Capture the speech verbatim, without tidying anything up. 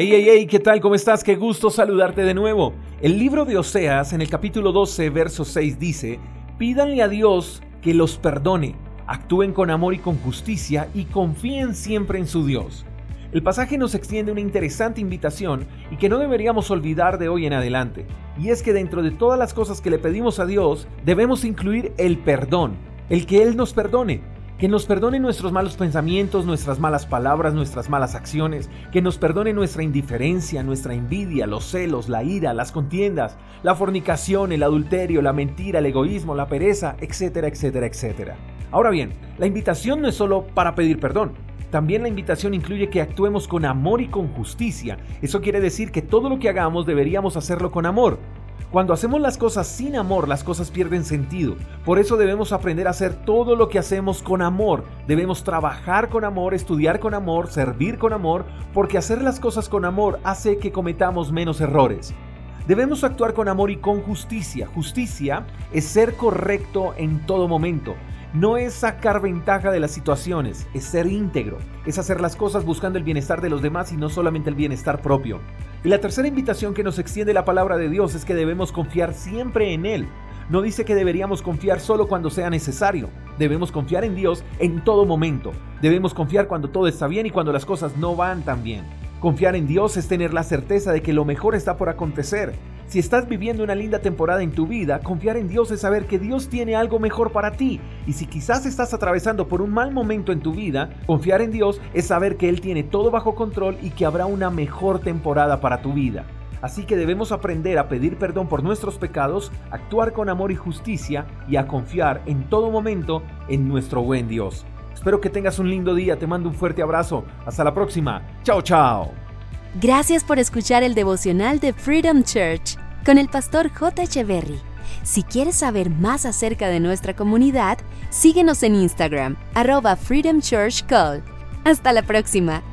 Hey, hey, hey, ¿qué tal? ¿Cómo estás? Qué gusto saludarte de nuevo. El libro de Oseas, en el capítulo doce, verso seis, dice: pídanle a Dios que los perdone, actúen con amor y con justicia y confíen siempre en su Dios. El pasaje nos extiende una interesante invitación y que no deberíamos olvidar de hoy en adelante. Y es que dentro de todas las cosas que le pedimos a Dios, debemos incluir el perdón, el que Él nos perdone. Que nos perdone nuestros malos pensamientos, nuestras malas palabras, nuestras malas acciones. Que nos perdone nuestra indiferencia, nuestra envidia, los celos, la ira, las contiendas, la fornicación, el adulterio, la mentira, el egoísmo, la pereza, etcétera, etcétera, etcétera. Ahora bien, la invitación no es solo para pedir perdón. También la invitación incluye que actuemos con amor y con justicia. Eso quiere decir que todo lo que hagamos deberíamos hacerlo con amor. Cuando hacemos las cosas sin amor, las cosas pierden sentido. Por eso debemos aprender a hacer todo lo que hacemos con amor. Debemos trabajar con amor, estudiar con amor, servir con amor, porque hacer las cosas con amor hace que cometamos menos errores. Debemos actuar con amor y con justicia. Justicia es ser correcto en todo momento. No es sacar ventaja de las situaciones, es ser íntegro, es hacer las cosas buscando el bienestar de los demás y no solamente el bienestar propio. Y la tercera invitación que nos extiende la palabra de Dios es que debemos confiar siempre en Él. No dice que deberíamos confiar solo cuando sea necesario. Debemos confiar en Dios en todo momento. Debemos confiar cuando todo está bien y cuando las cosas no van tan bien. Confiar en Dios es tener la certeza de que lo mejor está por acontecer. Si estás viviendo una linda temporada en tu vida, confiar en Dios es saber que Dios tiene algo mejor para ti. Y si quizás estás atravesando por un mal momento en tu vida, confiar en Dios es saber que Él tiene todo bajo control y que habrá una mejor temporada para tu vida. Así que debemos aprender a pedir perdón por nuestros pecados, actuar con amor y justicia y a confiar en todo momento en nuestro buen Dios. Espero que tengas un lindo día, te mando un fuerte abrazo. Hasta la próxima. Chao, chao. Gracias por escuchar el devocional de Freedom Church con el pastor J. Echeverry. Si quieres saber más acerca de nuestra comunidad, síguenos en Instagram, arroba Freedom Church Call. Hasta la próxima.